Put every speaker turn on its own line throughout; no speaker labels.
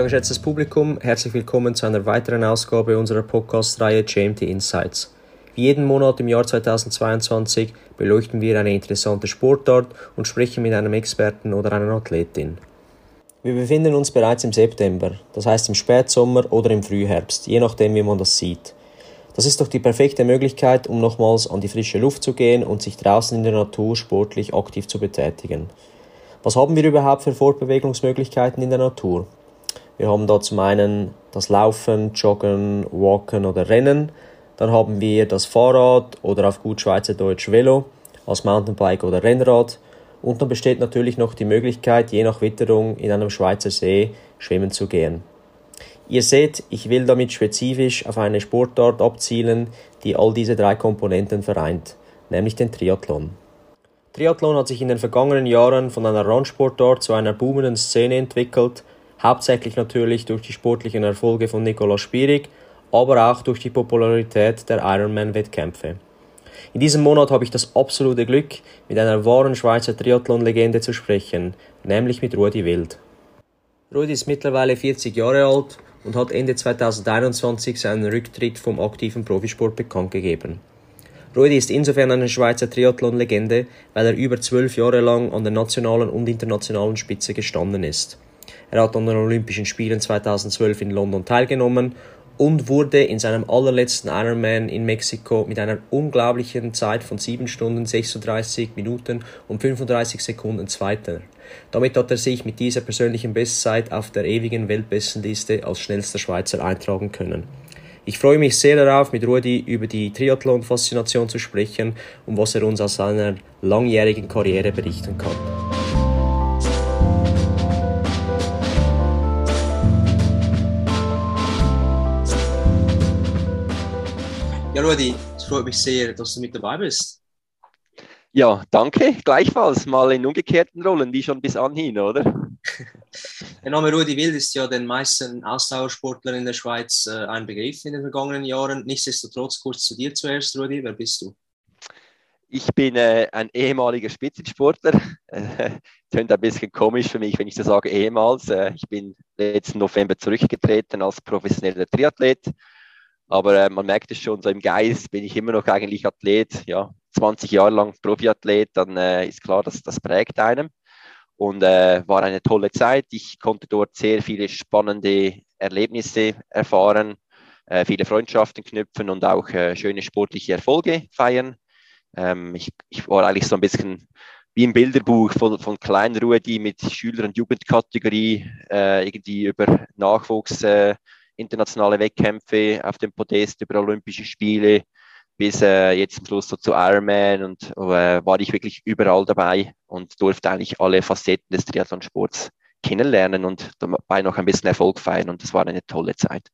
Ja, geschätztes Publikum, herzlich willkommen zu einer weiteren Ausgabe unserer Podcast-Reihe GMT Insights. Wie jeden Monat im Jahr 2022 beleuchten wir eine interessante Sportart und sprechen mit einem Experten oder einer Athletin. Wir befinden uns bereits im September, das heißt im Spätsommer oder im Frühherbst, je nachdem wie man das sieht. Das ist doch die perfekte Möglichkeit, um nochmals an die frische Luft zu gehen und sich draußen in der Natur sportlich aktiv zu betätigen. Was haben wir überhaupt für Fortbewegungsmöglichkeiten in der Natur? Wir haben da zum einen das Laufen, Joggen, Walken oder Rennen. Dann haben wir das Fahrrad oder auf gut Schweizerdeutsch Velo als Mountainbike oder Rennrad. Und dann besteht natürlich noch die Möglichkeit, je nach Witterung in einem Schweizer See schwimmen zu gehen. Ihr seht, ich will damit spezifisch auf eine Sportart abzielen, die all diese drei Komponenten vereint, nämlich den Triathlon. Triathlon hat sich in den vergangenen Jahren von einer Randsportart zu einer boomenden Szene entwickelt, hauptsächlich natürlich durch die sportlichen Erfolge von Nicolas Spirig, aber auch durch die Popularität der Ironman-Wettkämpfe. In diesem Monat habe ich das absolute Glück, mit einer wahren Schweizer Triathlon-Legende zu sprechen, nämlich mit Rudi Wild. Rudi ist mittlerweile 40 Jahre alt und hat Ende 2021 seinen Rücktritt vom aktiven Profisport bekannt gegeben. Rudi ist insofern eine Schweizer Triathlon-Legende, weil er über 12 Jahre lang an der nationalen und internationalen Spitze gestanden ist. Er hat an den Olympischen Spielen 2012 in London teilgenommen und wurde in seinem allerletzten Ironman in Mexiko mit einer unglaublichen Zeit von 7 Stunden, 36 Minuten und 35 Sekunden Zweiter. Damit hat er sich mit dieser persönlichen Bestzeit auf der ewigen Weltbestenliste als schnellster Schweizer eintragen können. Ich freue mich sehr darauf, mit Rudi über die Triathlon-Faszination zu sprechen und was er uns aus seiner langjährigen Karriere berichten kann. Ja, Rudi, es freut mich sehr, dass du mit dabei bist.
Ja, danke. Gleichfalls mal in umgekehrten Rollen, wie schon bis anhin, oder?
Der Name Rudi Wild ist ja den meisten Ausdauersportlern in der Schweiz ein Begriff in den vergangenen Jahren. Nichtsdestotrotz kurz zu dir zuerst, Rudi. Wer bist du?
Ich bin ein ehemaliger Spitzensportler. Tönt ein bisschen komisch für mich, wenn ich so sage ehemals. Ich bin letzten November zurückgetreten als professioneller Triathlet. Aber man merkt es schon, so im Geist bin ich immer noch eigentlich Athlet. Ja, 20 Jahre lang Profiathlet, dann ist klar, dass das prägt einem. Und war eine tolle Zeit. Ich konnte dort sehr viele spannende Erlebnisse erfahren, viele Freundschaften knüpfen und auch schöne sportliche Erfolge feiern. Ich war eigentlich so ein bisschen wie im Bilderbuch von kleinen Rudi mit Schüler- und Jugendkategorie, irgendwie über Nachwuchs, internationale Wettkämpfe auf dem Podest, über Olympische Spiele, bis jetzt zum Schluss so zu Ironman und war ich wirklich überall dabei und durfte eigentlich alle Facetten des Triathlonsports kennenlernen und dabei noch ein bisschen Erfolg feiern und das war eine tolle Zeit.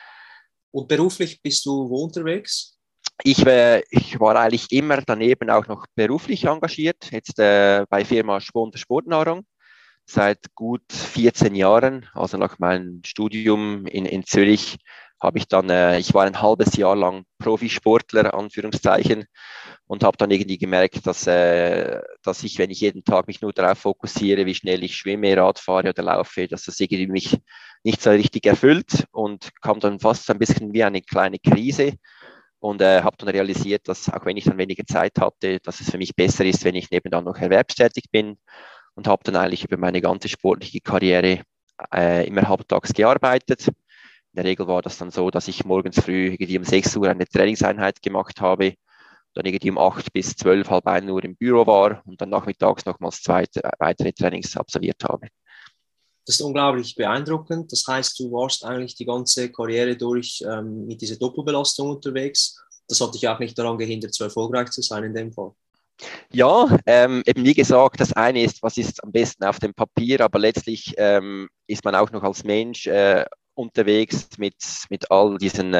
Und beruflich bist du wo unterwegs?
Ich war eigentlich immer daneben auch noch beruflich engagiert, jetzt bei Firma Sponder Sportnahrung seit gut 14 Jahren, also nach meinem Studium in Zürich habe ich dann, ich war ein halbes Jahr lang Profisportler, Anführungszeichen, und habe dann irgendwie gemerkt, dass ich, wenn ich jeden Tag mich nur darauf fokussiere, wie schnell ich schwimme, Rad fahre oder laufe, dass das irgendwie mich nicht so richtig erfüllt und kam dann fast ein bisschen wie eine kleine Krise und habe dann realisiert, dass auch wenn ich dann weniger Zeit hatte, dass es für mich besser ist, wenn ich nebenan noch erwerbstätig bin und habe dann eigentlich über meine ganze sportliche Karriere immer halbtags gearbeitet. In der Regel war das dann so, dass ich morgens früh irgendwie um 6 Uhr eine Trainingseinheit gemacht habe, dann irgendwie um 8 bis 12, halb 1 Uhr im Büro war und dann nachmittags nochmals weitere Trainings absolviert habe.
Das ist unglaublich beeindruckend. Das heißt, du warst eigentlich die ganze Karriere durch mit dieser Doppelbelastung unterwegs. Das hat dich auch nicht daran gehindert, so erfolgreich zu sein in dem Fall.
Ja, eben wie gesagt, das eine ist, was ist am besten auf dem Papier, aber letztlich ist man auch noch als Mensch unterwegs mit all diesen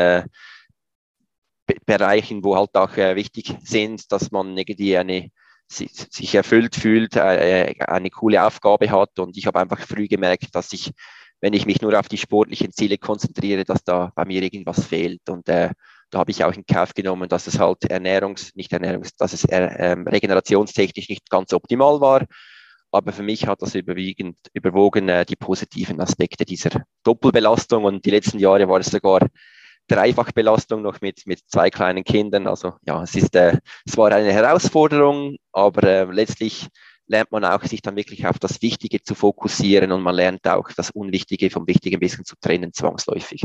Bereichen, wo halt auch wichtig sind, dass man irgendwie sich erfüllt fühlt, eine coole Aufgabe hat. Und ich habe einfach früh gemerkt, dass wenn ich mich nur auf die sportlichen Ziele konzentriere, dass da bei mir irgendwas fehlt. Und da habe ich auch in Kauf genommen, dass es halt dass es regenerationstechnisch nicht ganz optimal war. Aber für mich hat das überwogen die positiven Aspekte dieser Doppelbelastung. Und die letzten Jahre war es sogar Dreifachbelastung noch mit 2 kleinen Kindern. Also ja, es war eine Herausforderung, aber letztlich lernt man auch, sich dann wirklich auf das Wichtige zu fokussieren, und man lernt auch das Unwichtige vom Wichtigen ein bisschen zu trennen, zwangsläufig.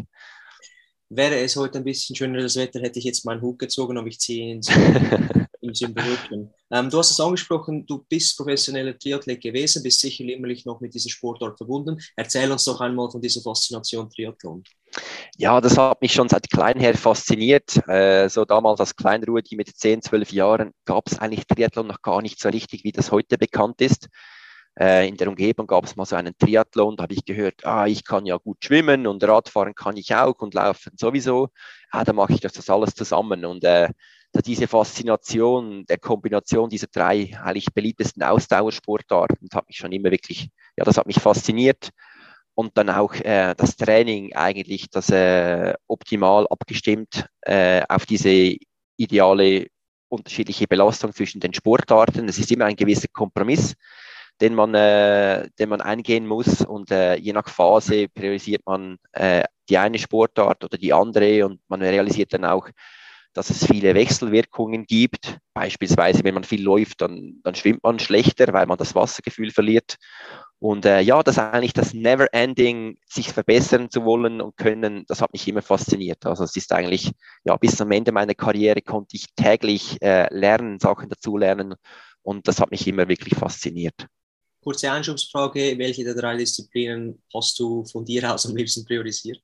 Wäre es heute ein bisschen schöneres Wetter, hätte ich jetzt meinen Hut gezogen, aber ich ziehe ihn im Symbolischen. Du hast es angesprochen, du bist professioneller Triathlet gewesen, bist sicher immer noch mit diesem Sportart verbunden. Erzähl uns doch einmal von dieser Faszination Triathlon.
Ja, das hat mich schon seit klein her fasziniert. So damals als Kleinrudi mit 10, 12 Jahren gab es eigentlich Triathlon noch gar nicht so richtig, wie das heute bekannt ist. In der Umgebung gab es mal so einen Triathlon, da habe ich gehört, ich kann ja gut schwimmen und Radfahren kann ich auch und laufen sowieso. Da mache ich das alles zusammen. Und diese Faszination der Kombination dieser 3 eigentlich beliebtesten Ausdauersportarten hat mich schon immer wirklich, ja, das hat mich fasziniert. Und dann auch das Training eigentlich, das optimal abgestimmt auf diese ideale unterschiedliche Belastung zwischen den Sportarten. Es ist immer ein gewisser Kompromiss, den man eingehen muss, und je nach Phase priorisiert man die eine Sportart oder die andere, und man realisiert dann auch, dass es viele Wechselwirkungen gibt. Beispielsweise, wenn man viel läuft, dann schwimmt man schlechter, weil man das Wassergefühl verliert. Und ja, das eigentlich das Never-Ending, sich verbessern zu wollen und können, das hat mich immer fasziniert. Also es ist eigentlich, ja, bis zum Ende meiner Karriere konnte ich täglich lernen, Sachen dazulernen, und das hat mich immer wirklich fasziniert.
Kurze Einschubsfrage, welche der 3 Disziplinen hast du von dir aus am liebsten priorisiert?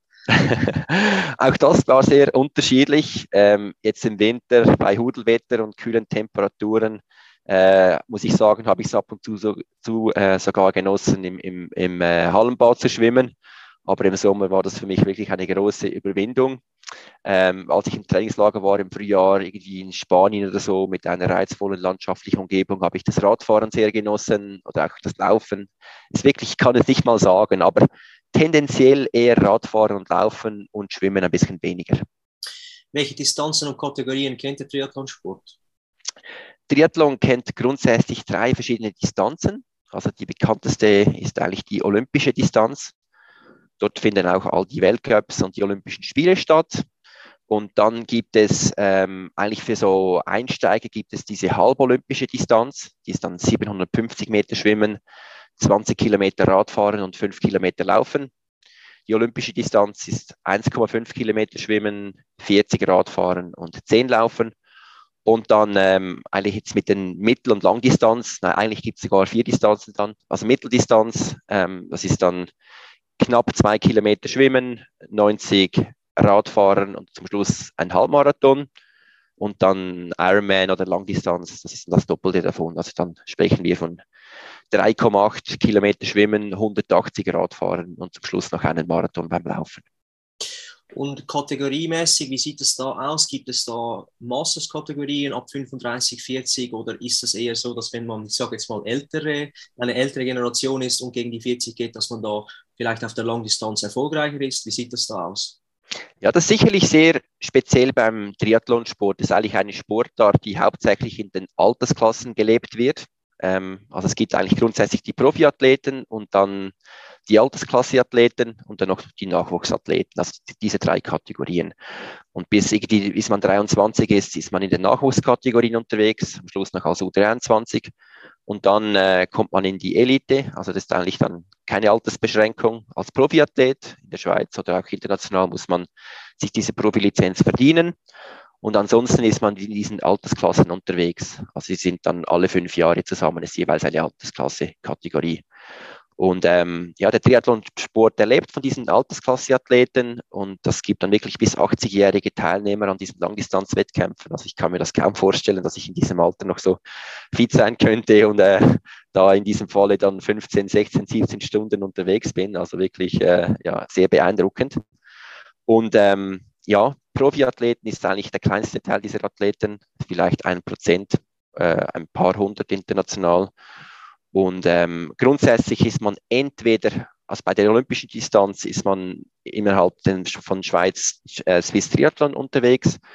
Auch das war sehr unterschiedlich. Jetzt im Winter bei Hudelwetter und kühlen Temperaturen, muss ich sagen, habe ich es ab und zu sogar genossen, im Hallenbad zu schwimmen. Aber im Sommer war das für mich wirklich eine große Überwindung. Als ich im Trainingslager war im Frühjahr, irgendwie in Spanien oder so, mit einer reizvollen landschaftlichen Umgebung, habe ich das Radfahren sehr genossen oder auch das Laufen. Ist wirklich, ich kann es nicht mal sagen, aber tendenziell eher Radfahren und Laufen und Schwimmen ein bisschen weniger.
Welche Distanzen und Kategorien kennt der Triathlonsport?
Triathlon kennt grundsätzlich 3 verschiedene Distanzen. Also die bekannteste ist eigentlich die olympische Distanz. Dort finden auch all die Weltcups und die Olympischen Spiele statt. Und dann gibt es eigentlich für so Einsteiger gibt es diese halbolympische Distanz. Die ist dann 750 Meter Schwimmen, 20 Kilometer Radfahren und 5 Kilometer Laufen. Die olympische Distanz ist 1,5 Kilometer Schwimmen, 40 Radfahren und 10 Laufen. Und dann eigentlich jetzt mit den Mittel- und Langdistanz, eigentlich gibt es sogar 4 Distanzen dann. Also Mitteldistanz, das ist dann knapp 2 Kilometer Schwimmen, 90 Radfahren und zum Schluss ein Halbmarathon. Und dann Ironman oder Langdistanz, das ist das Doppelte davon. Also dann sprechen wir von 3,8 Kilometer Schwimmen, 180 Radfahren und zum Schluss noch einen Marathon beim Laufen.
Und kategoriemäßig, wie sieht es da aus? Gibt es da Masters-Kategorien ab 35, 40 oder ist es eher so, dass wenn man, ich sage jetzt mal, eine ältere Generation ist und gegen die 40 geht, dass man da vielleicht auf der Langdistanz erfolgreicher ist? Wie sieht das da aus?
Ja, das ist sicherlich sehr speziell beim Triathlonsport. Das ist eigentlich eine Sportart, die hauptsächlich in den Altersklassen gelebt wird. Also es gibt eigentlich grundsätzlich die Profiathleten und dann die Altersklasseathleten und dann noch die Nachwuchsathleten, also diese 3 Kategorien. Und bis man 23 ist man in den Nachwuchskategorien unterwegs, am Schluss noch als U23. Und dann kommt man in die Elite, also das ist eigentlich dann keine Altersbeschränkung. Als Profiathlet in der Schweiz oder auch international muss man sich diese Profilizenz verdienen. Und ansonsten ist man in diesen Altersklassen unterwegs. Also sie sind dann alle 5 Jahre zusammen, ist jeweils eine Altersklasse-Kategorie. Und ja, der Triathlonsport, der lebt von diesen Altersklasseathleten und das gibt dann wirklich bis 80-jährige Teilnehmer an diesen Langdistanzwettkämpfen. Also ich kann mir das kaum vorstellen, dass ich in diesem Alter noch so fit sein könnte und da in diesem Falle dann 15, 16, 17 Stunden unterwegs bin. Also wirklich ja, sehr beeindruckend. Und ja, Profiathleten ist eigentlich der kleinste Teil dieser Athleten, vielleicht 1%, ein paar hundert international. Und grundsätzlich ist man entweder, also bei der olympischen Distanz ist man innerhalb von Schweiz Swiss Triathlon unterwegs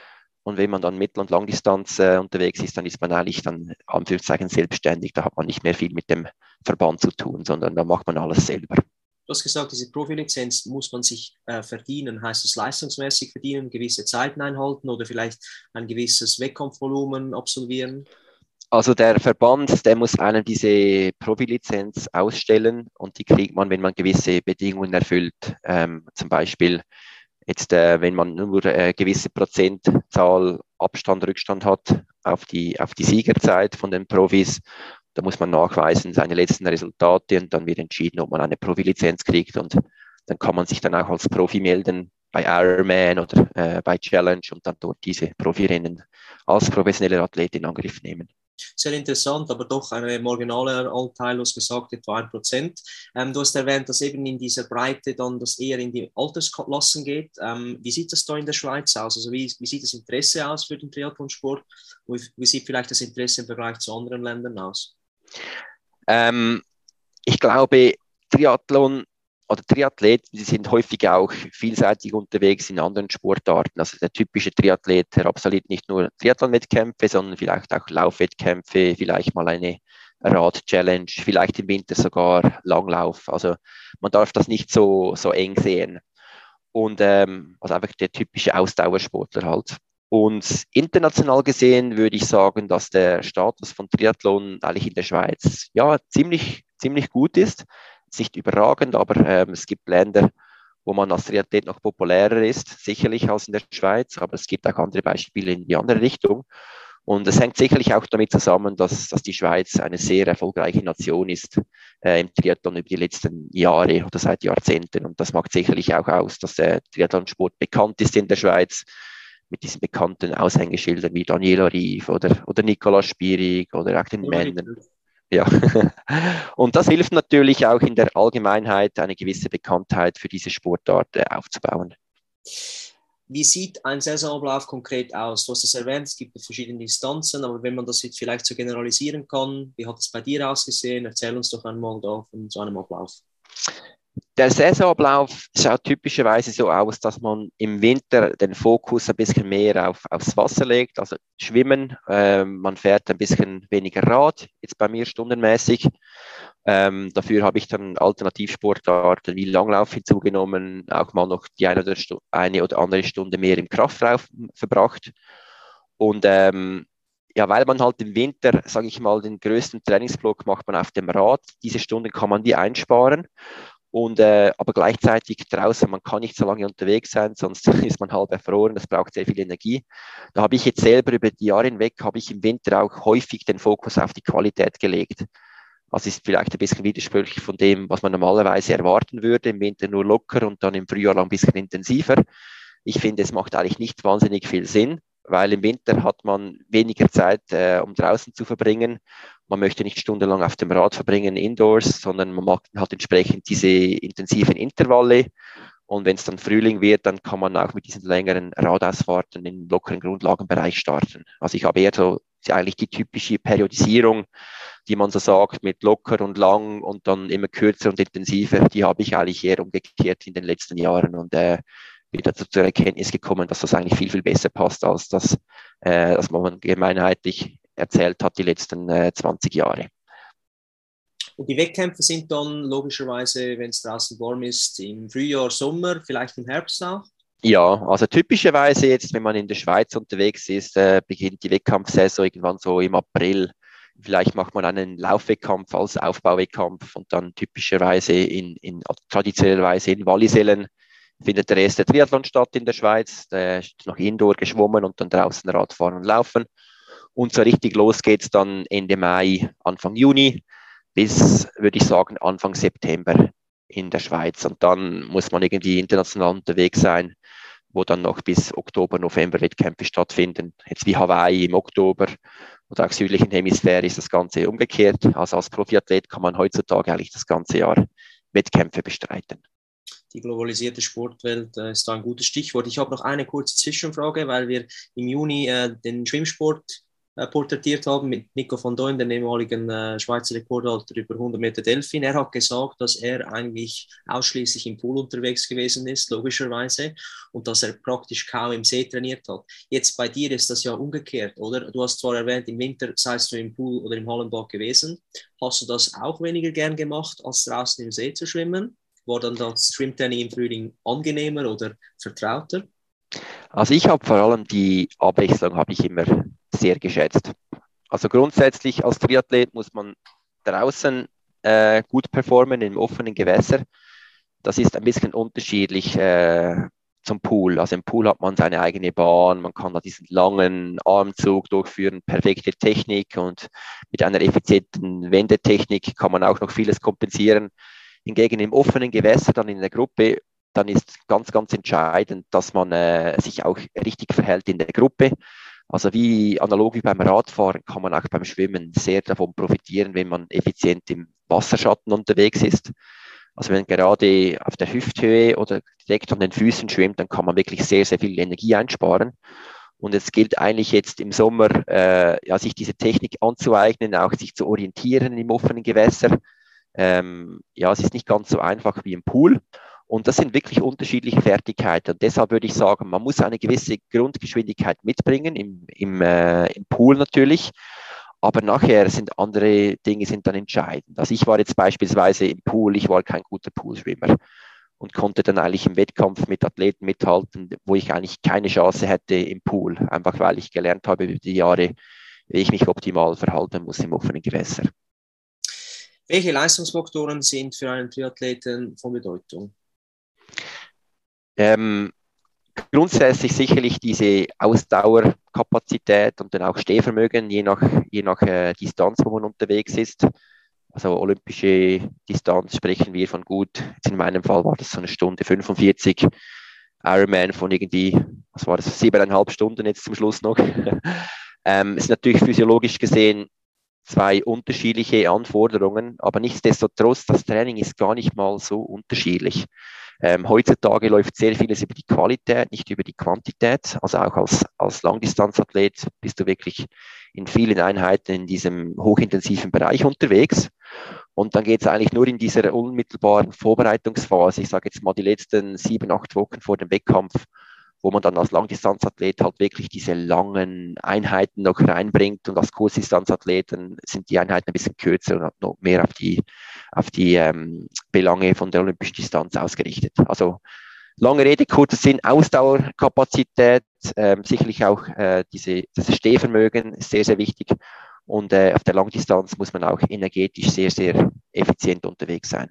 Und wenn man dann Mittel- und Langdistanz unterwegs ist, dann ist man eigentlich dann Anführungszeichen selbstständig. Da hat man nicht mehr viel mit dem Verband zu tun, sondern da macht man alles selber.
Du hast gesagt, diese Profilizenz muss man sich verdienen. Heißt das leistungsmäßig verdienen, gewisse Zeiten einhalten oder vielleicht ein gewisses Wettkampfvolumen absolvieren?
Also der Verband, der muss einem diese Profilizenz ausstellen und die kriegt man, wenn man gewisse Bedingungen erfüllt. Zum Beispiel jetzt, wenn man nur gewisse Prozentzahl Abstand, Rückstand hat auf die Siegerzeit von den Profis, da muss man nachweisen seine letzten Resultate und dann wird entschieden, ob man eine Profilizenz kriegt und dann kann man sich dann auch als Profi melden bei Ironman oder bei Challenge und dann dort diese Profirennen als professioneller Athlet in Angriff nehmen.
Sehr interessant, aber doch ein marginaler Anteil, du hast gesagt, etwa 1%. Du hast erwähnt, dass eben in dieser Breite dann das eher in die Altersklassen geht. Wie sieht das da in der Schweiz aus? Also wie sieht das Interesse aus für den Triathlonsport? Wie sieht vielleicht das Interesse im Vergleich zu anderen Ländern aus?
Ich glaube, Triathlon oder Triathleten, die sind häufig auch vielseitig unterwegs in anderen Sportarten. Also der typische Triathlet, der absolviert nicht nur Triathlon-Wettkämpfe, sondern vielleicht auch Laufwettkämpfe, vielleicht mal eine Rad-Challenge, vielleicht im Winter sogar Langlauf. Also man darf das nicht so eng sehen. Und also einfach der typische Ausdauersportler halt. Und international gesehen würde ich sagen, dass der Status von Triathlon eigentlich in der Schweiz ja ziemlich gut ist. Nicht überragend, aber es gibt Länder, wo man als Triathlet noch populärer ist, sicherlich als in der Schweiz, aber es gibt auch andere Beispiele in die andere Richtung. Und es hängt sicherlich auch damit zusammen, dass die Schweiz eine sehr erfolgreiche Nation ist im Triathlon über die letzten Jahre oder seit Jahrzehnten. Und das macht sicherlich auch aus, dass der Triathlonsport bekannt ist in der Schweiz mit diesen bekannten Aushängeschildern wie Daniela Rief oder Nicolas Spierig oder auch den Männern. Ja, und das hilft natürlich auch in der Allgemeinheit, eine gewisse Bekanntheit für diese Sportart aufzubauen.
Wie sieht ein Saisonablauf konkret aus? Du hast es erwähnt, es gibt verschiedene Instanzen, aber wenn man das jetzt vielleicht so generalisieren kann, wie hat es bei dir ausgesehen? Erzähl uns doch einmal da von so einem Ablauf.
Der Saisonablauf schaut typischerweise so aus, dass man im Winter den Fokus ein bisschen mehr aufs Wasser legt, also Schwimmen. Man fährt ein bisschen weniger Rad, jetzt bei mir stundenmäßig. Dafür habe ich dann Alternativsportarten wie Langlauf hinzugenommen, auch mal noch die eine oder andere Stunde mehr im Kraftraum verbracht. Und ja, weil man halt im Winter, sage ich mal, den größten Trainingsblock macht man auf dem Rad. Diese Stunden kann man die einsparen. Und aber gleichzeitig draußen, man kann nicht so lange unterwegs sein, sonst ist man halb erfroren, das braucht sehr viel Energie. Da habe ich jetzt selber über die Jahre hinweg, habe ich im Winter auch häufig den Fokus auf die Qualität gelegt. Das ist vielleicht ein bisschen widersprüchlich von dem, was man normalerweise erwarten würde, im Winter nur locker und dann im Frühjahr ein bisschen intensiver. Ich finde, es macht eigentlich nicht wahnsinnig viel Sinn, weil im Winter hat man weniger Zeit, um draußen zu verbringen. Man möchte nicht stundenlang auf dem Rad verbringen, indoors, sondern man macht halt entsprechend diese intensiven Intervalle. Und wenn es dann Frühling wird, dann kann man auch mit diesen längeren Radausfahrten im lockeren Grundlagenbereich starten. Also ich habe eher so eigentlich die typische Periodisierung, die man so sagt, mit locker und lang und dann immer kürzer und intensiver, die habe ich eigentlich eher umgekehrt in den letzten Jahren und bin dazu zur Erkenntnis gekommen, dass das eigentlich viel besser passt, als das, dass man gemeinheitlich erzählt hat die letzten 20 Jahre.
Und die Wettkämpfe sind dann logischerweise, wenn es draußen warm ist, im Frühjahr, Sommer, vielleicht im Herbst auch?
Ja, also typischerweise jetzt, wenn man in der Schweiz unterwegs ist, beginnt die Wettkampfsaison irgendwann so im April. Vielleicht macht man einen Laufwettkampf als Aufbauwettkampf und dann typischerweise traditionellerweise in Wallisellen findet der erste Triathlon statt in der Schweiz. Da ist noch Indoor geschwommen und dann draußen Radfahren und Laufen. Und so richtig los geht's dann Ende Mai, Anfang Juni bis, würde ich sagen, Anfang September in der Schweiz. Und dann muss man irgendwie international unterwegs sein, wo dann noch bis Oktober, November Wettkämpfe stattfinden. Jetzt wie Hawaii im Oktober oder auch südlichen Hemisphäre ist das Ganze umgekehrt. Also als Profiathlet kann man heutzutage eigentlich das ganze Jahr Wettkämpfe bestreiten.
Die globalisierte Sportwelt ist da ein gutes Stichwort. Ich habe noch eine kurze Zwischenfrage, weil wir im Juni den Schwimmsport porträtiert haben mit Nico van Duin, dem ehemaligen Schweizer Rekordhalter über 100 Meter Delfin. Er hat gesagt, dass er eigentlich ausschließlich im Pool unterwegs gewesen ist, logischerweise, und dass er praktisch kaum im See trainiert hat. Jetzt bei dir ist das ja umgekehrt, oder? Du hast zwar erwähnt, im Winter seist du im Pool oder im Hallenbad gewesen. Hast du das auch weniger gern gemacht, als draußen im See zu schwimmen? War dann das Schwimmtraining im Frühling angenehmer oder vertrauter?
Also ich habe vor allem die Abwechslung habe ich immer sehr geschätzt. Also grundsätzlich als Triathlet muss man draußen gut performen im offenen Gewässer. Das ist ein bisschen unterschiedlich zum Pool. Also im Pool hat man seine eigene Bahn, man kann da diesen langen Armzug durchführen, perfekte Technik, und mit einer effizienten Wendetechnik kann man auch noch vieles kompensieren. Hingegen im offenen Gewässer, dann in der Gruppe, dann ist ganz, ganz entscheidend, dass man sich auch richtig verhält in der Gruppe. Also wie analog wie beim Radfahren kann man auch beim Schwimmen sehr davon profitieren, wenn man effizient im Wasserschatten unterwegs ist. Also wenn gerade auf der Hüfthöhe oder direkt an den Füßen schwimmt, dann kann man wirklich sehr, sehr viel Energie einsparen. Und es gilt eigentlich jetzt im Sommer, sich diese Technik anzueignen, auch sich zu orientieren im offenen Gewässer. Es ist nicht ganz so einfach wie im Pool. Und das sind wirklich unterschiedliche Fertigkeiten. Und deshalb würde ich sagen, man muss eine gewisse Grundgeschwindigkeit mitbringen, im Pool natürlich. Aber nachher sind andere Dinge sind dann entscheidend. Also ich war jetzt beispielsweise im Pool, ich war kein guter Poolschwimmer und konnte dann eigentlich im Wettkampf mit Athleten mithalten, wo ich eigentlich keine Chance hätte im Pool, einfach weil ich gelernt habe über die Jahre, wie ich mich optimal verhalten muss im offenen Gewässer.
Welche Leistungsfaktoren sind für einen Triathleten von Bedeutung?
Grundsätzlich sicherlich diese Ausdauerkapazität und dann auch Stehvermögen, je nach Distanz, wo man unterwegs ist. Also olympische Distanz sprechen wir von gut, jetzt in meinem Fall war das so 1:45, Ironman von irgendwie, was war das, 7,5 Stunden jetzt zum Schluss noch. Es ist natürlich physiologisch gesehen zwei unterschiedliche Anforderungen, aber nichtsdestotrotz, das Training ist gar nicht mal so unterschiedlich. Heutzutage läuft sehr vieles über die Qualität, nicht über die Quantität. Also auch als Langdistanzathlet bist du wirklich in vielen Einheiten in diesem hochintensiven Bereich unterwegs. Und dann geht es eigentlich nur in dieser unmittelbaren Vorbereitungsphase, ich sage jetzt mal die letzten 7-8 Wochen vor dem Wettkampf, wo man dann als Langdistanzathlet halt wirklich diese langen Einheiten noch reinbringt, und als Kurzdistanzathleten sind die Einheiten ein bisschen kürzer und noch mehr auf die Belange von der olympischen Distanz ausgerichtet. Also lange Rede, kurzer Sinn, Ausdauerkapazität, sicherlich auch das Stehvermögen ist sehr, sehr wichtig, und auf der Langdistanz muss man auch energetisch sehr, sehr effizient unterwegs sein.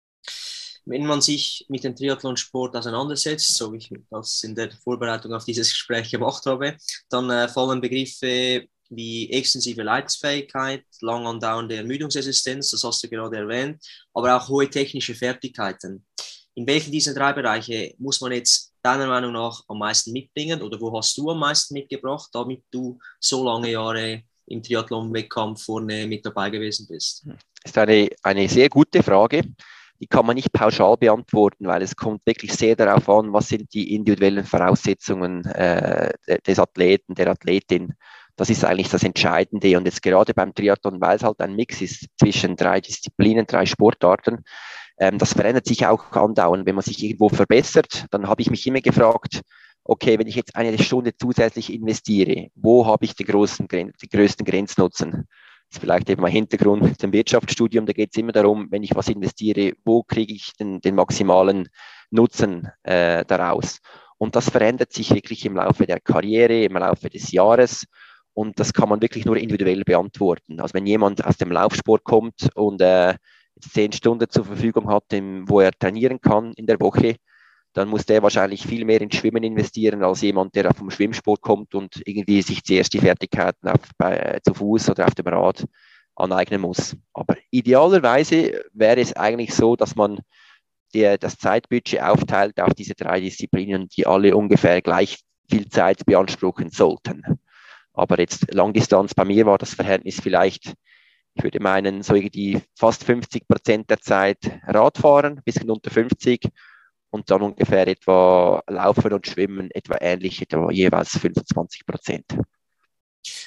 Wenn man sich mit dem Triathlonsport auseinandersetzt, so wie ich das in der Vorbereitung auf dieses Gespräch gemacht habe, dann fallen Begriffe wie extensive Leistungsfähigkeit, lang andauernde Ermüdungsresistenz, das hast du gerade erwähnt, aber auch hohe technische Fertigkeiten. In welchen dieser 3 Bereiche muss man jetzt deiner Meinung nach am meisten mitbringen, oder wo hast du am meisten mitgebracht, damit du so lange Jahre im Triathlon-Wettkampf vorne mit dabei gewesen bist?
Das ist eine sehr gute Frage. Die kann man nicht pauschal beantworten, weil es kommt wirklich sehr darauf an, was sind die individuellen Voraussetzungen des Athleten, der Athletin. Das ist eigentlich das Entscheidende. Und jetzt gerade beim Triathlon, weil es halt ein Mix ist zwischen 3 Disziplinen, 3 Sportarten, das verändert sich auch andauernd. Wenn man sich irgendwo verbessert, dann habe ich mich immer gefragt, okay, wenn ich jetzt eine Stunde zusätzlich investiere, wo habe ich den größten Grenznutzen? Das ist vielleicht eben mein Hintergrund zum Wirtschaftsstudium, da geht es immer darum, wenn ich was investiere, wo kriege ich den maximalen Nutzen daraus? Und das verändert sich wirklich im Laufe der Karriere, im Laufe des Jahres, und das kann man wirklich nur individuell beantworten. Also wenn jemand aus dem Laufsport kommt und 10 Stunden zur Verfügung hat, wo er trainieren kann in der Woche, dann muss der wahrscheinlich viel mehr ins Schwimmen investieren als jemand, der vom Schwimmsport kommt und irgendwie sich zuerst die Fertigkeiten zu Fuß oder auf dem Rad aneignen muss. Aber idealerweise wäre es eigentlich so, dass man das Zeitbudget aufteilt auf diese 3 Disziplinen, die alle ungefähr gleich viel Zeit beanspruchen sollten. Aber jetzt Langdistanz, bei mir war das Verhältnis vielleicht, ich würde meinen, so irgendwie fast 50% der Zeit Radfahren, ein bisschen unter 50%. Und dann ungefähr etwa Laufen und Schwimmen, etwa ähnlich, etwa jeweils 25%.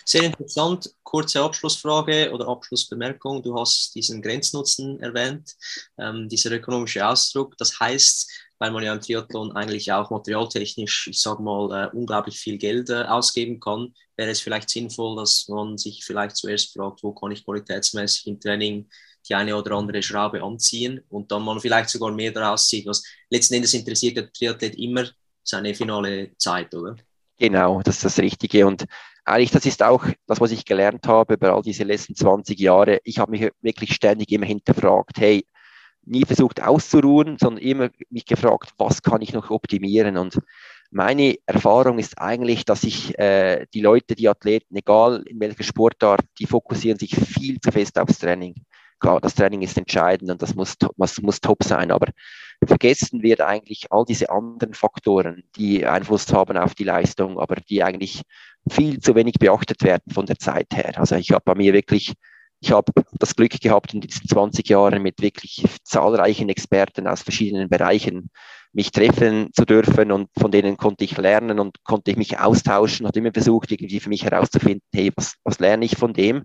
Sehr interessant. Kurze Abschlussfrage oder Abschlussbemerkung. Du hast diesen Grenznutzen erwähnt, dieser ökonomische Ausdruck. Das heißt, weil man ja im Triathlon eigentlich auch materialtechnisch, ich sage mal, unglaublich viel Geld ausgeben kann, wäre es vielleicht sinnvoll, dass man sich vielleicht zuerst fragt, wo kann ich qualitätsmäßig im Training die eine oder andere Schraube anziehen und dann man vielleicht sogar mehr daraus zieht. Was letzten Endes interessiert der Triathlet immer seine finale Zeit, oder?
Genau, das ist das Richtige. Und eigentlich, das ist auch das, was ich gelernt habe über all diese letzten 20 Jahre. Ich habe mich wirklich ständig immer hinterfragt, hey, nie versucht auszuruhen, sondern immer mich gefragt, was kann ich noch optimieren? Und meine Erfahrung ist eigentlich, dass sich die Leute, die Athleten, egal in welcher Sportart, die fokussieren sich viel zu fest aufs Training. Klar, das Training ist entscheidend und das muss top sein, aber vergessen wird eigentlich all diese anderen Faktoren, die Einfluss haben auf die Leistung, aber die eigentlich viel zu wenig beachtet werden von der Zeit her. Also ich habe das Glück gehabt, in diesen 20 Jahren mit wirklich zahlreichen Experten aus verschiedenen Bereichen mich treffen zu dürfen und von denen konnte ich lernen und konnte ich mich austauschen, habe immer versucht, irgendwie für mich herauszufinden, hey, was lerne ich von dem?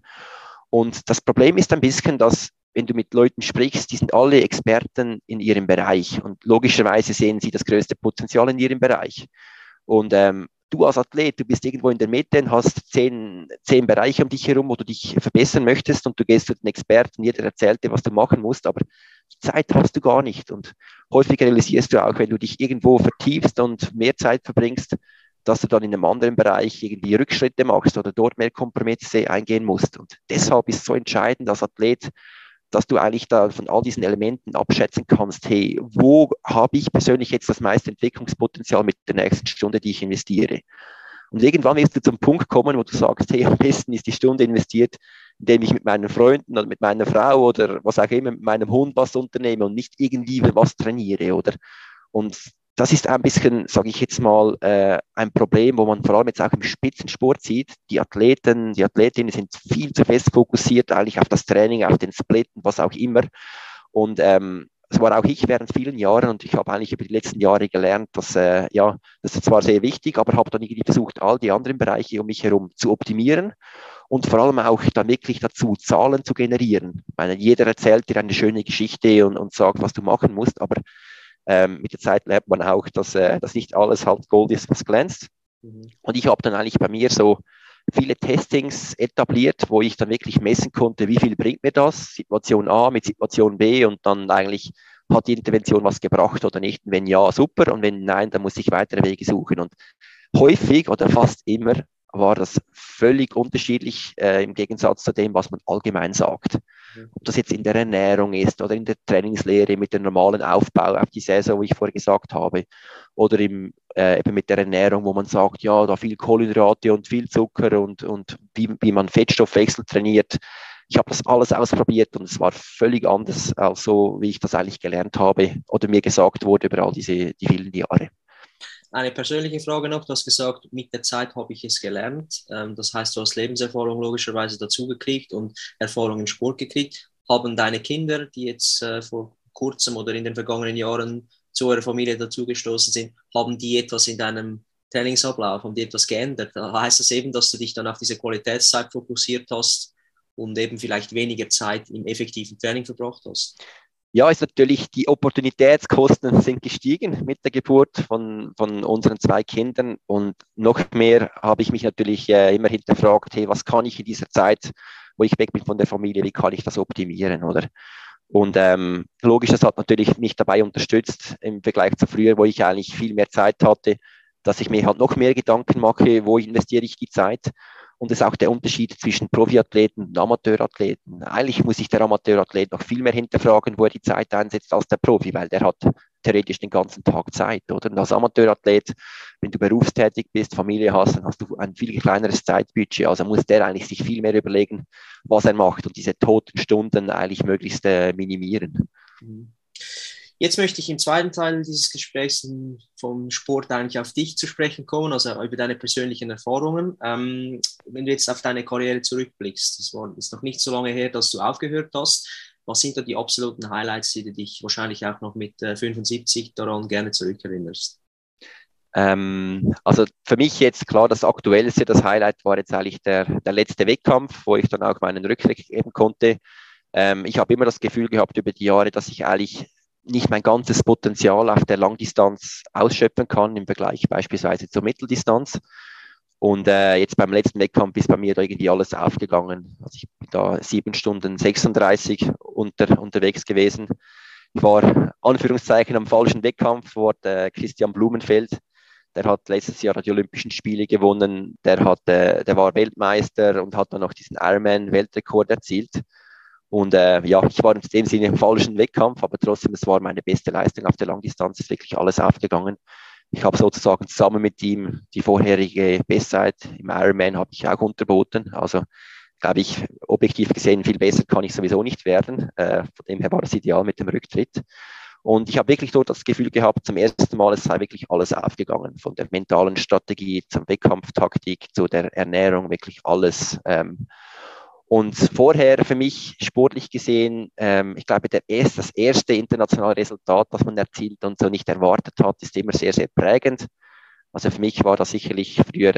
Und das Problem ist ein bisschen, dass wenn du mit Leuten sprichst, die sind alle Experten in ihrem Bereich und logischerweise sehen sie das größte Potenzial in ihrem Bereich. Und du als Athlet, du bist irgendwo in der Mitte und hast zehn Bereiche um dich herum, wo du dich verbessern möchtest und du gehst zu den Experten, jeder erzählt dir, was du machen musst, aber die Zeit hast du gar nicht. Und häufig realisierst du auch, wenn du dich irgendwo vertiefst und mehr Zeit verbringst, dass du dann in einem anderen Bereich irgendwie Rückschritte machst oder dort mehr Kompromisse eingehen musst. Und deshalb ist es so entscheidend als Athlet, dass du eigentlich da von all diesen Elementen abschätzen kannst, hey, wo habe ich persönlich jetzt das meiste Entwicklungspotenzial mit der nächsten Stunde, die ich investiere? Und irgendwann wirst du zum Punkt kommen, wo du sagst, hey, am besten ist die Stunde investiert, indem ich mit meinen Freunden oder mit meiner Frau oder was auch immer, mit meinem Hund was unternehme und nicht irgendwie was trainiere, oder? Und das ist ein bisschen, sage ich jetzt mal, ein Problem, wo man vor allem jetzt auch im Spitzensport sieht. Die Athleten, die Athletinnen sind viel zu fest fokussiert eigentlich auf das Training, auf den Split und was auch immer. Und das war auch ich während vielen Jahren und ich habe eigentlich über die letzten Jahre gelernt, dass ja, das ist zwar sehr wichtig, aber habe dann irgendwie versucht, all die anderen Bereiche um mich herum zu optimieren und vor allem auch dann wirklich dazu Zahlen zu generieren. Ich meine, jeder erzählt dir eine schöne Geschichte und sagt, was du machen musst, aber mit der Zeit lernt man auch, dass nicht alles halt Gold ist, was glänzt. Mhm. Und ich habe dann eigentlich bei mir so viele Testings etabliert, wo ich dann wirklich messen konnte, wie viel bringt mir das, Situation A mit Situation B und dann eigentlich hat die Intervention was gebracht oder nicht. Und wenn ja, super. Und wenn nein, dann muss ich weitere Wege suchen. Und häufig oder fast immer war das völlig unterschiedlich im Gegensatz zu dem, was man allgemein sagt. Ob das jetzt in der Ernährung ist oder in der Trainingslehre mit dem normalen Aufbau auf die Saison, wie ich vorher gesagt habe, oder eben mit der Ernährung, wo man sagt, ja, da viel Kohlenhydrate und viel Zucker und wie man Fettstoffwechsel trainiert. Ich habe das alles ausprobiert und es war völlig anders als so, wie ich das eigentlich gelernt habe oder mir gesagt wurde über all die vielen Jahre.
Eine persönliche Frage noch, du hast gesagt, mit der Zeit habe ich es gelernt. Das heißt, du hast Lebenserfahrung logischerweise dazugekriegt und Erfahrung im Sport gekriegt. Haben deine Kinder, die jetzt vor kurzem oder in den vergangenen Jahren zu eurer Familie dazugestoßen sind, haben die etwas in deinem Trainingsablauf, haben die etwas geändert? Da heißt das eben, dass du dich dann auf diese Qualitätszeit fokussiert hast und eben vielleicht weniger Zeit im effektiven Training verbracht hast?
Ja, ist natürlich, die Opportunitätskosten sind gestiegen mit der Geburt von unseren zwei Kindern und noch mehr habe ich mich natürlich immer hinterfragt, hey, was kann ich in dieser Zeit, wo ich weg bin von der Familie, wie kann ich das optimieren, oder? Und logisch, das hat natürlich mich dabei unterstützt im Vergleich zu früher, wo ich eigentlich viel mehr Zeit hatte, dass ich mir halt noch mehr Gedanken mache, wo investiere ich die Zeit. Und das ist auch der Unterschied zwischen Profiathleten und Amateurathleten. Eigentlich muss sich der Amateurathlet noch viel mehr hinterfragen, wo er die Zeit einsetzt, als der Profi, weil der hat theoretisch den ganzen Tag Zeit, oder? Und als Amateurathlet, wenn du berufstätig bist, Familie hast, dann hast du ein viel kleineres Zeitbudget. Also muss der eigentlich sich viel mehr überlegen, was er macht und diese toten Stunden eigentlich möglichst minimieren.
Jetzt möchte ich im zweiten Teil dieses Gesprächs vom Sport eigentlich auf dich zu sprechen kommen, also über deine persönlichen Erfahrungen. Wenn du jetzt auf deine Karriere zurückblickst, ist noch nicht so lange her, dass du aufgehört hast. Was sind da die absoluten Highlights, die du dich wahrscheinlich auch noch mit 75 daran gerne zurückerinnerst?
Also für mich jetzt klar, das aktuellste, das Highlight war jetzt eigentlich der letzte Wettkampf, wo ich dann auch meinen Rückblick geben konnte. Ich habe immer das Gefühl gehabt über die Jahre, dass ich eigentlich nicht mein ganzes Potenzial auf der Langdistanz ausschöpfen kann im Vergleich beispielsweise zur Mitteldistanz. Und jetzt beim letzten Wettkampf ist bei mir da irgendwie alles aufgegangen. Also ich bin da 7 Stunden 36 unterwegs gewesen. Ich war, Anführungszeichen, am falschen Wettkampf, wo der Christian Blumenfeld, der hat letztes Jahr die Olympischen Spiele gewonnen, der war Weltmeister und hat dann noch diesen Ironman-Weltrekord erzielt. Und ja, ich war in dem Sinne im falschen Wettkampf, aber trotzdem, es war meine beste Leistung auf der Langdistanz, ist wirklich alles aufgegangen. Ich habe sozusagen zusammen mit ihm die vorherige Bestzeit im Ironman habe ich auch unterboten. Also glaube ich, objektiv gesehen, viel besser kann ich sowieso nicht werden. Von dem her war das ideal mit dem Rücktritt. Und ich habe wirklich dort das Gefühl gehabt, zum ersten Mal, es sei wirklich alles aufgegangen. Von der mentalen Strategie zur Wettkampftaktik, zu der Ernährung, wirklich alles. Und vorher für mich sportlich gesehen, ich glaube, das erste internationale Resultat, das man erzielt und so nicht erwartet hat, ist immer sehr, sehr prägend. Also für mich war das sicherlich früher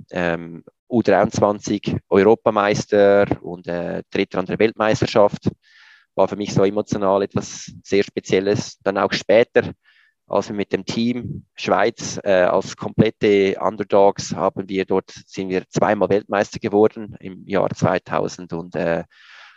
U23 Europameister und Dritter an der Weltmeisterschaft. War für mich so emotional etwas sehr Spezielles. Dann auch später, als wir mit dem Team Schweiz als komplette Underdogs sind wir zweimal Weltmeister geworden im Jahr 2009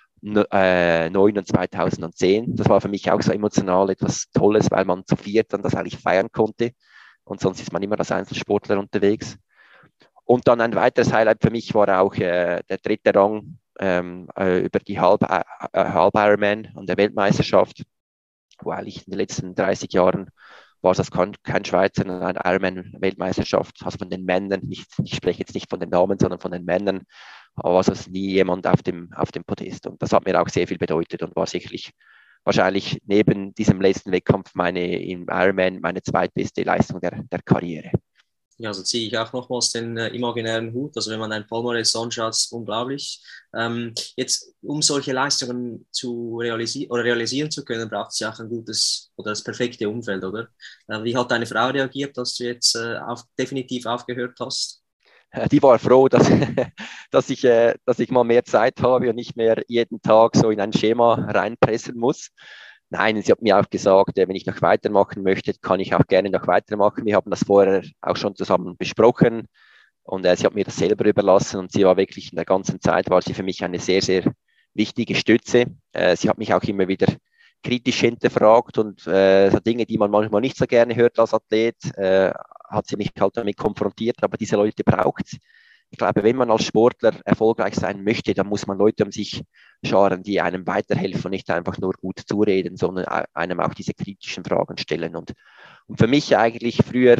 und 2010. Das war für mich auch so emotional etwas Tolles, weil man zu viert dann das eigentlich feiern konnte. Und sonst ist man immer als Einzelsportler unterwegs. Und dann ein weiteres Highlight für mich war auch der dritte Rang über die Halb-Ironman an der Weltmeisterschaft, wo eigentlich in den letzten 30 Jahren war es kein Schweizer, sondern eine Ironman-Weltmeisterschaft, also von den Männern, ich spreche jetzt nicht von den Damen, sondern von den Männern, aber war es nie jemand auf dem Podest. Und das hat mir auch sehr viel bedeutet und war sicherlich wahrscheinlich neben diesem letzten Wettkampf im Ironman meine zweitbeste Leistung der Karriere.
Ja, also ziehe ich auch nochmals den imaginären Hut. Also wenn man ein Palmares anschaut, ist unglaublich. Jetzt, um solche Leistungen zu realisieren zu können, braucht es ja auch ein gutes oder das perfekte Umfeld, oder? Wie hat deine Frau reagiert, dass du jetzt definitiv aufgehört hast?
Die war froh, dass ich mal mehr Zeit habe und nicht mehr jeden Tag so in ein Schema reinpressen muss. Nein, sie hat mir auch gesagt, wenn ich noch weitermachen möchte, kann ich auch gerne noch weitermachen. Wir haben das vorher auch schon zusammen besprochen und sie hat mir das selber überlassen und sie war wirklich in der ganzen Zeit, war sie für mich eine sehr, sehr wichtige Stütze. Sie hat mich auch immer wieder kritisch hinterfragt und so Dinge, die man manchmal nicht so gerne hört als Athlet, hat sie mich halt damit konfrontiert, aber diese Leute braucht es. Ich glaube, wenn man als Sportler erfolgreich sein möchte, dann muss man Leute um sich scharen, die einem weiterhelfen und nicht einfach nur gut zureden, sondern einem auch diese kritischen Fragen stellen. Und für mich eigentlich früher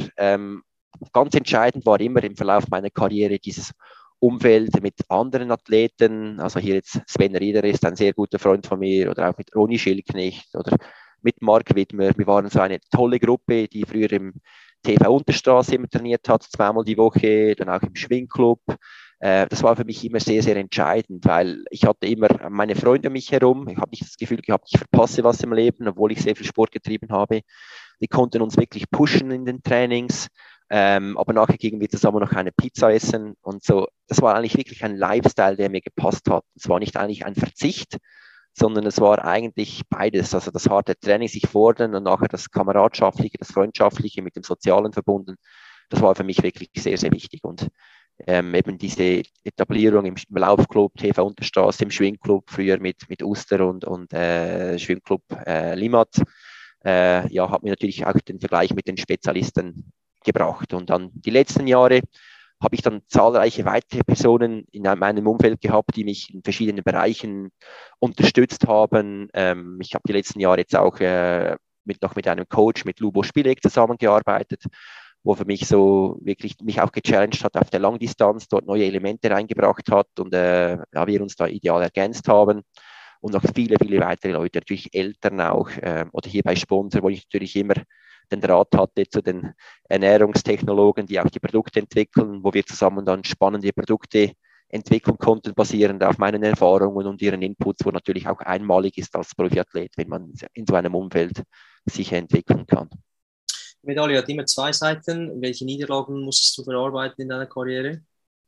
ganz entscheidend war immer im Verlauf meiner Karriere dieses Umfeld mit anderen Athleten. Also hier jetzt Sven Rieder ist ein sehr guter Freund von mir oder auch mit Ronny Schildknecht oder mit Marc Widmer. Wir waren so eine tolle Gruppe, die früher im TV Unterstraße immer trainiert hat, zweimal die Woche, dann auch im Schwingclub. Das war für mich immer sehr, sehr entscheidend, weil ich hatte immer meine Freunde um mich herum. Ich habe nicht das Gefühl gehabt, ich verpasse was im Leben, obwohl ich sehr viel Sport getrieben habe. Die konnten uns wirklich pushen in den Trainings, aber nachher gingen wir zusammen noch eine Pizza essen und so. Das war eigentlich wirklich ein Lifestyle, der mir gepasst hat. Es war nicht eigentlich ein Verzicht, sondern es war eigentlich beides. Also das harte Training, sich fordern und nachher das Kameradschaftliche, das Freundschaftliche mit dem Sozialen verbunden. Das war für mich wirklich sehr, sehr wichtig. Und eben diese Etablierung im Laufclub, TV Unterstraße, im Schwingclub, früher mit Uster und Schwimmclub Limmat, ja, hat mir natürlich auch den Vergleich mit den Spezialisten gebracht. Und dann die letzten Jahre habe ich dann zahlreiche weitere Personen in meinem Umfeld gehabt, die mich in verschiedenen Bereichen unterstützt haben. Ich habe die letzten Jahre jetzt auch noch mit einem Coach, mit Lubo Spilek zusammengearbeitet, wo für mich so wirklich mich auch gechallenged hat auf der Langdistanz, dort neue Elemente reingebracht hat und ja, wir uns da ideal ergänzt haben. Und noch viele, viele weitere Leute, natürlich Eltern auch oder hier bei Sponsor, wo ich natürlich immer den Draht hatte zu den Ernährungstechnologen, die auch die Produkte entwickeln, wo wir zusammen dann spannende Produkte entwickeln konnten, basierend auf meinen Erfahrungen und ihren Inputs, wo natürlich auch einmalig ist als Profiathlet, wenn man in so einem Umfeld sich entwickeln kann.
Medaille hat immer zwei Seiten. Welche Niederlagen musstest du verarbeiten in deiner Karriere?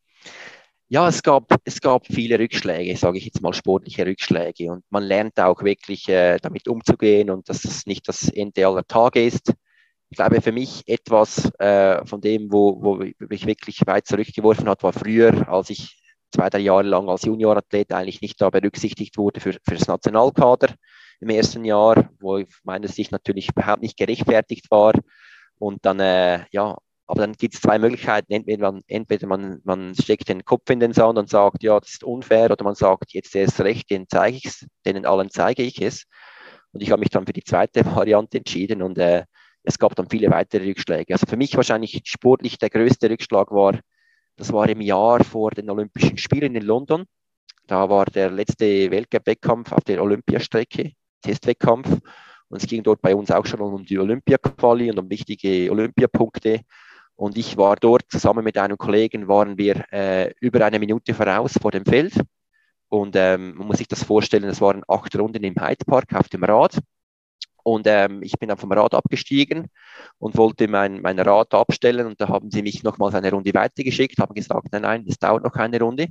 Ja, es gab viele Rückschläge, sage ich jetzt mal, sportliche Rückschläge. Und man lernt auch wirklich damit umzugehen und dass es nicht das Ende aller Tage ist. Ich glaube, für mich etwas von dem, wo ich wirklich weit zurückgeworfen hat, war früher, als ich 2, 3 Jahre lang als Juniorathlet eigentlich nicht da berücksichtigt wurde für das Nationalkader im ersten Jahr, wo aus meiner Sicht natürlich überhaupt nicht gerechtfertigt war. Und dann, ja, aber dann gibt es zwei Möglichkeiten. Entweder man steckt den Kopf in den Sand und sagt, ja, das ist unfair, oder man sagt, jetzt erst recht, denen allen zeige ich es. Und ich habe mich dann für die zweite Variante entschieden und es gab dann viele weitere Rückschläge. Also für mich wahrscheinlich sportlich der größte Rückschlag das war im Jahr vor den Olympischen Spielen in London. Da war der letzte Weltcup-Wettkampf auf der Olympiastrecke, Testwettkampf. Und es ging dort bei uns auch schon um die Olympia-Quali und um wichtige Olympiapunkte. Und ich war dort zusammen mit einem Kollegen, waren wir über eine Minute voraus vor dem Feld. Und man muss sich das vorstellen, es waren 8 Runden im Hyde Park auf dem Rad. Und ich bin dann vom Rad abgestiegen und wollte mein Rad abstellen. Und da haben sie mich nochmals eine Runde weitergeschickt, haben gesagt, nein, es dauert noch eine Runde.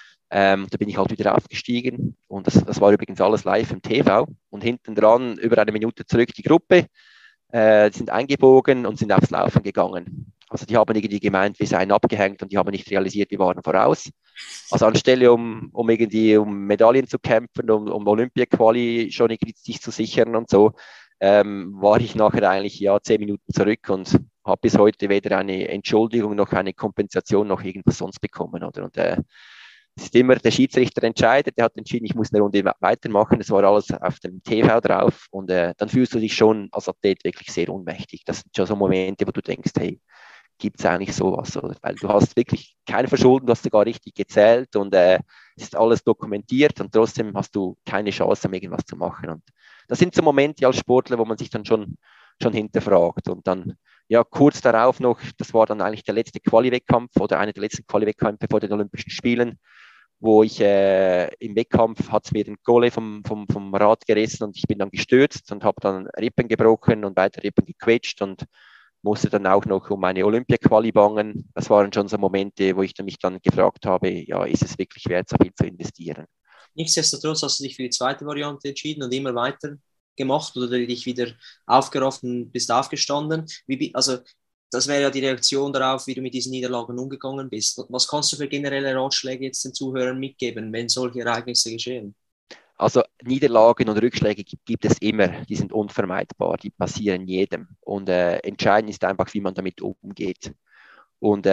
Da bin ich halt wieder aufgestiegen und das war übrigens alles live im TV. Und hinten dran, über eine Minute zurück, die Gruppe, die sind eingebogen und sind aufs Laufen gegangen. Also die haben irgendwie gemeint, wir seien abgehängt und die haben nicht realisiert, wir waren voraus. Also anstelle, um Medaillen zu kämpfen, um Olympia-Quali schon irgendwie sich zu sichern und so, war ich nachher eigentlich 10 Minuten zurück und habe bis heute weder eine Entschuldigung noch eine Kompensation noch irgendwas sonst bekommen. Oder? Und es ist immer der Schiedsrichter entscheidet, der hat entschieden, ich muss eine Runde weitermachen, es war alles auf dem TV drauf und dann fühlst du dich schon als Athlet wirklich sehr ohnmächtig. Das sind schon so Momente, wo du denkst, hey, gibt es eigentlich sowas? Oder? Weil du hast wirklich keine Verschuldung, du hast sogar richtig gezählt und es ist alles dokumentiert und trotzdem hast du keine Chance, um irgendwas zu machen. Und das sind so Momente als Sportler, wo man sich dann schon hinterfragt. Und dann, kurz darauf noch, das war dann eigentlich der letzte Quali-Wettkampf oder einer der letzten Quali-Wettkämpfe vor den Olympischen Spielen, wo ich im Wettkampf hat es mir den Gole vom Rad gerissen und ich bin dann gestürzt und habe dann Rippen gebrochen und weiter Rippen gequetscht und musste dann auch noch um eine Olympia-Quali bangen. Das waren schon so Momente, wo ich mich dann gefragt habe, ja, ist es wirklich wert, so viel zu investieren?
Nichtsdestotrotz hast du dich für die zweite Variante entschieden und immer weiter gemacht oder dich wieder aufgerafft und bist aufgestanden. Also das wäre ja die Reaktion darauf, wie du mit diesen Niederlagen umgegangen bist. Was kannst du für generelle Ratschläge jetzt den Zuhörern mitgeben, wenn solche Ereignisse geschehen?
Also Niederlagen und Rückschläge gibt es immer, die sind unvermeidbar, die passieren jedem. Und entscheidend ist einfach, wie man damit umgeht. Und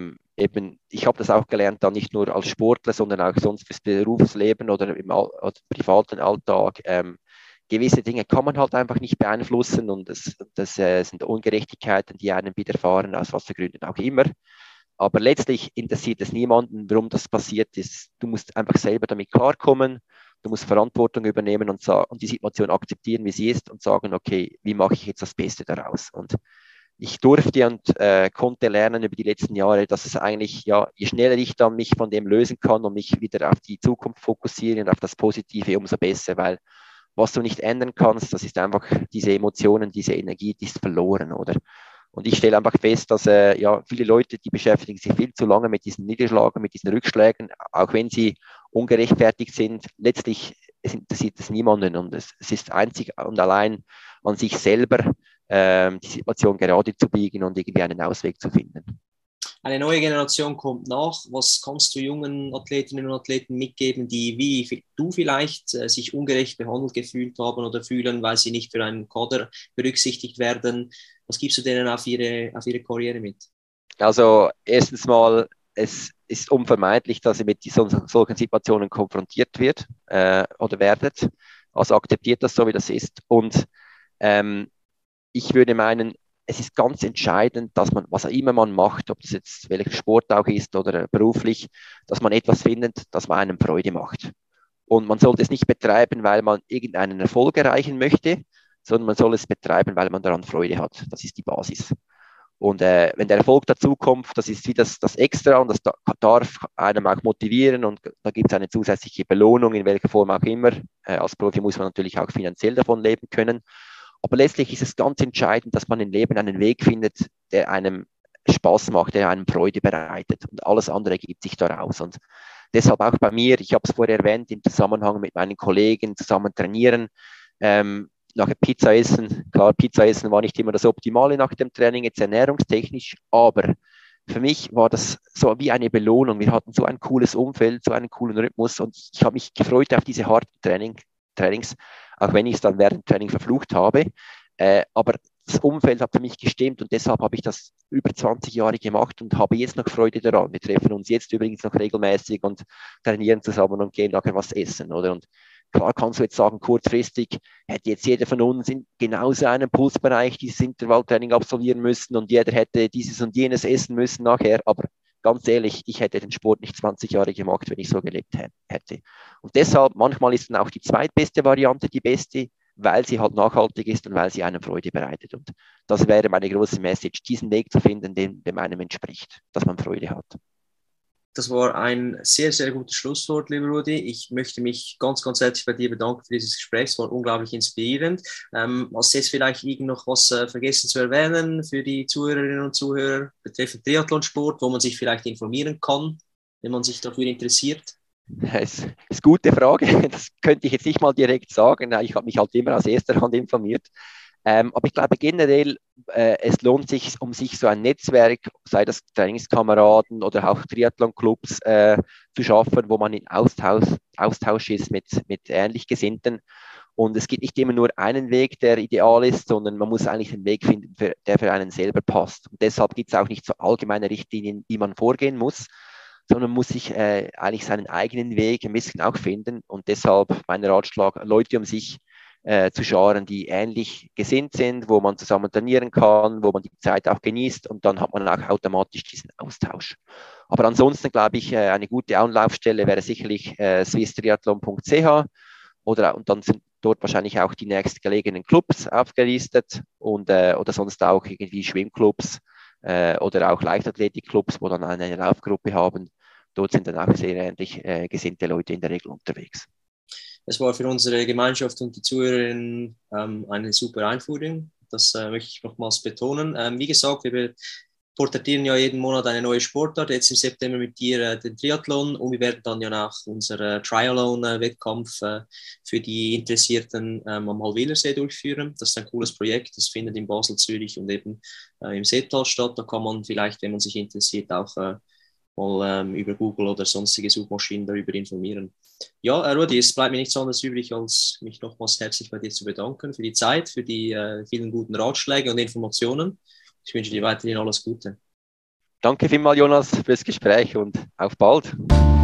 eben, ich habe das auch gelernt, dann nicht nur als Sportler, sondern auch sonst fürs Berufsleben oder im oder privaten Alltag. Gewisse Dinge kann man halt einfach nicht beeinflussen und das sind Ungerechtigkeiten, die einem widerfahren, aus was für Gründen auch immer. Aber letztlich interessiert es niemanden, warum das passiert ist. Du musst einfach selber damit klarkommen, du musst Verantwortung übernehmen und die Situation akzeptieren, wie sie ist und sagen, okay, wie mache ich jetzt das Beste daraus? Und ich durfte und konnte lernen über die letzten Jahre, dass es eigentlich, je schneller ich dann mich von dem lösen kann und mich wieder auf die Zukunft fokussiere und auf das Positive, umso besser, weil was du nicht ändern kannst, das ist einfach diese Emotionen, diese Energie, die ist verloren, oder? Und ich stelle einfach fest, dass viele Leute, die beschäftigen sich viel zu lange mit diesen Niederschlägen, mit diesen Rückschlägen, auch wenn sie ungerechtfertigt sind. Letztlich interessiert es niemanden und es ist einzig und allein an sich selber, die Situation gerade zu biegen und irgendwie einen Ausweg zu finden.
Eine neue Generation kommt nach. Was kannst du jungen Athletinnen und Athleten mitgeben, die wie du vielleicht sich ungerecht behandelt gefühlt haben oder fühlen, weil sie nicht für einen Kader berücksichtigt werden? Was gibst du denen auf ihre Karriere mit?
Also erstens mal, es ist unvermeidlich, dass ihr mit solchen Situationen konfrontiert wird oder werdet. Also akzeptiert das so, wie das ist. Und ich würde meinen, es ist ganz entscheidend, dass man, was auch immer man macht, ob das jetzt welcher Sport auch ist oder beruflich, dass man etwas findet, das man einem Freude macht. Und man sollte es nicht betreiben, weil man irgendeinen Erfolg erreichen möchte, sondern man soll es betreiben, weil man daran Freude hat. Das ist die Basis. Und wenn der Erfolg dazu kommt, das ist wie das Extra und das darf einem auch motivieren und da gibt es eine zusätzliche Belohnung, in welcher Form auch immer. Als Profi muss man natürlich auch finanziell davon leben können. Aber letztlich ist es ganz entscheidend, dass man im Leben einen Weg findet, der einem Spaß macht, der einem Freude bereitet. Und alles andere ergibt sich daraus. Und deshalb auch bei mir, ich habe es vorher erwähnt, im Zusammenhang mit meinen Kollegen zusammen trainieren, nachher Pizza essen. Klar, Pizza essen war nicht immer das Optimale nach dem Training, jetzt ernährungstechnisch, aber für mich war das so wie eine Belohnung. Wir hatten so ein cooles Umfeld, so einen coolen Rhythmus und ich habe mich gefreut auf diese harten Trainings, auch wenn ich es dann während dem Training verflucht habe. Aber das Umfeld hat für mich gestimmt und deshalb habe ich das über 20 Jahre gemacht und habe jetzt noch Freude daran. Wir treffen uns jetzt übrigens noch regelmäßig und trainieren zusammen und gehen nachher was essen, oder? Und klar kannst du jetzt sagen, kurzfristig hätte jetzt jeder von uns in genau seinem Pulsbereich dieses Intervalltraining absolvieren müssen und jeder hätte dieses und jenes essen müssen nachher, aber ganz ehrlich, ich hätte den Sport nicht 20 Jahre gemacht, wenn ich so gelebt hätte. Und deshalb, manchmal ist dann auch die zweitbeste Variante die beste, weil sie halt nachhaltig ist und weil sie einem Freude bereitet. Und das wäre meine große Message, diesen Weg zu finden, dem einem entspricht, dass man Freude hat.
Das war ein sehr, sehr gutes Schlusswort, lieber Rudi. Ich möchte mich ganz, ganz herzlich bei dir bedanken für dieses Gespräch. Es war unglaublich inspirierend. Hast du jetzt vielleicht irgend noch was vergessen zu erwähnen für die Zuhörerinnen und Zuhörer betreffend Triathlonsport, wo man sich vielleicht informieren kann, wenn man sich dafür interessiert?
Das ist eine gute Frage. Das könnte ich jetzt nicht mal direkt sagen. Ich habe mich halt immer aus erster Hand informiert. Aber ich glaube generell, es lohnt sich, um sich so ein Netzwerk, sei das Trainingskameraden oder auch Triathlon-Clubs zu schaffen, wo man in Austausch ist mit ähnlich Gesinnten. Und es gibt nicht immer nur einen Weg, der ideal ist, sondern man muss eigentlich einen Weg finden, der für einen selber passt. Und deshalb gibt es auch nicht so allgemeine Richtlinien, wie man vorgehen muss, sondern muss sich eigentlich seinen eigenen Weg ein bisschen auch finden. Und deshalb mein Ratschlag, Leute um sich zu scharen, die ähnlich gesinnt sind, wo man zusammen trainieren kann, wo man die Zeit auch genießt und dann hat man auch automatisch diesen Austausch. Aber ansonsten glaube ich, eine gute Anlaufstelle wäre sicherlich swisstriathlon.ch und dann sind dort wahrscheinlich auch die nächstgelegenen Clubs aufgelistet oder sonst auch irgendwie Schwimmclubs oder auch Leichtathletikclubs, wo dann eine Laufgruppe haben. Dort sind dann auch sehr ähnlich gesinnte Leute in der Regel unterwegs.
Es war für unsere Gemeinschaft und die Zuhörerinnen eine super Einführung. Das möchte ich nochmals betonen. Wie gesagt, wir porträtieren ja jeden Monat eine neue Sportart. Jetzt im September mit dir den Triathlon und wir werden dann ja nach unserem Triathlon-Wettkampf für die Interessierten am Hallwilersee durchführen. Das ist ein cooles Projekt. Das findet in Basel, Zürich und eben im Seetal statt. Da kann man vielleicht, wenn man sich interessiert, auch mal über Google oder sonstige Suchmaschinen darüber informieren. Ja, Rudi, es bleibt mir nichts anderes übrig, als mich nochmals herzlich bei dir zu bedanken für die Zeit, für die vielen guten Ratschläge und Informationen. Ich wünsche dir weiterhin alles Gute.
Danke vielmals, Jonas, fürs Gespräch und auf bald.